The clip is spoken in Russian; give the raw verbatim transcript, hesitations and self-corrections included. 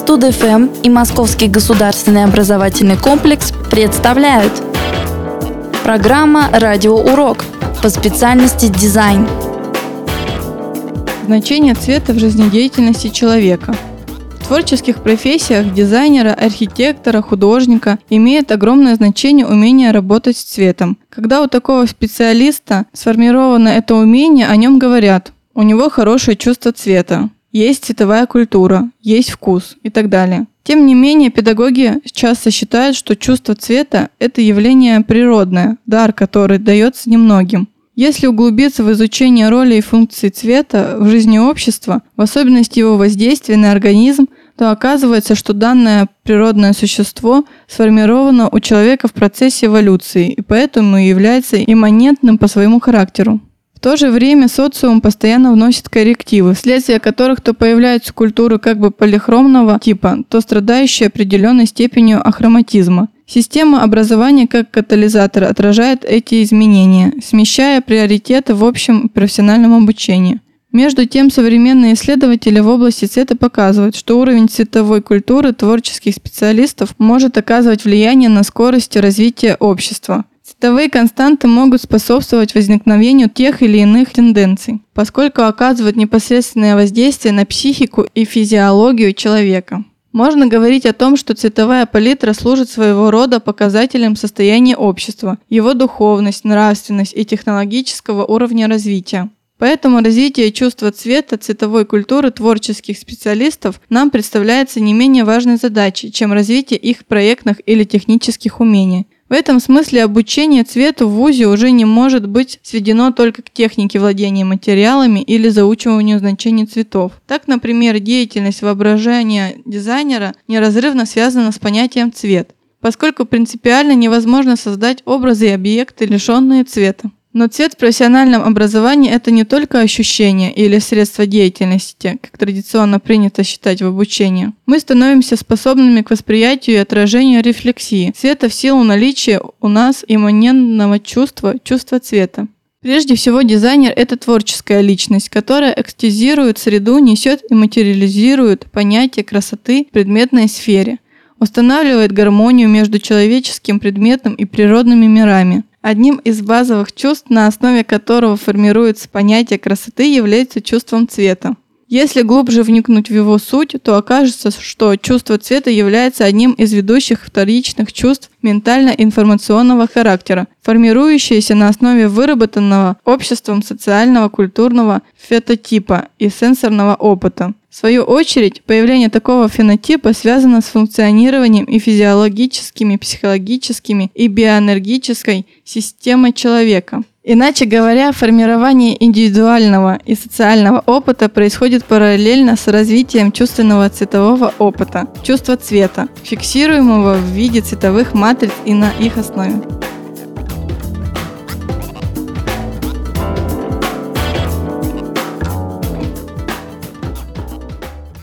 Студ-эф эм и Московский государственный образовательный комплекс представляют программа «Радиоурок» по специальности дизайн. Значение цвета в жизнедеятельности человека. В творческих профессиях дизайнера, архитектора, художника имеет огромное значение умение работать с цветом. Когда у такого специалиста сформировано это умение, о нем говорят: у него хорошее чувство цвета, есть цветовая культура, есть вкус и так далее. Тем не менее, педагоги часто считают, что чувство цвета – это явление природное, дар, который дается немногим. Если углубиться в изучение роли и функций цвета в жизни общества, в особенности его воздействия на организм, то оказывается, что данное природное существо сформировано у человека в процессе эволюции и поэтому является имманентным по своему характеру. В то же время социум постоянно вносит коррективы, вследствие которых то появляются культуры как бы полихромного типа, то страдающие определенной степенью ахроматизма. Система образования как катализатор отражает эти изменения, смещая приоритеты в общем профессиональном обучении. Между тем, современные исследователи в области цвета показывают, что уровень цветовой культуры творческих специалистов может оказывать влияние на скорость развития общества. Цветовые константы могут способствовать возникновению тех или иных тенденций, поскольку оказывают непосредственное воздействие на психику и физиологию человека. Можно говорить о том, что цветовая палитра служит своего рода показателем состояния общества, его духовность, нравственность и технологического уровня развития. Поэтому развитие чувства цвета, цветовой культуры творческих специалистов нам представляется не менее важной задачей, чем развитие их проектных или технических умений. В этом смысле обучение цвету в вузе уже не может быть сведено только к технике владения материалами или заучиванию значений цветов. Так, например, деятельность воображения дизайнера неразрывно связана с понятием «цвет», поскольку принципиально невозможно создать образы и объекты, лишенные цвета. Но цвет в профессиональном образовании – это не только ощущение или средство деятельности, как традиционно принято считать в обучении. Мы становимся способными к восприятию и отражению рефлексии цвета в силу наличия у нас имманентного чувства, чувства цвета. Прежде всего, дизайнер – это творческая личность, которая экстазирует среду, несет и материализирует понятие красоты в предметной сфере, устанавливает гармонию между человеческим предметом и природными мирами. Одним из базовых чувств, на основе которого формируется понятие красоты, является чувством цвета. Если глубже вникнуть в его суть, то окажется, что чувство цвета является одним из ведущих вторичных чувств ментально-информационного характера, формирующееся на основе выработанного обществом социального, культурного фетотипа и сенсорного опыта. В свою очередь, появление такого фенотипа связано с функционированием и физиологическими, психологическими и биоэнергической системой человека. Иначе говоря, формирование индивидуального и социального опыта происходит параллельно с развитием чувственного цветового опыта, чувства цвета, фиксируемого в виде цветовых матриц и на их основе.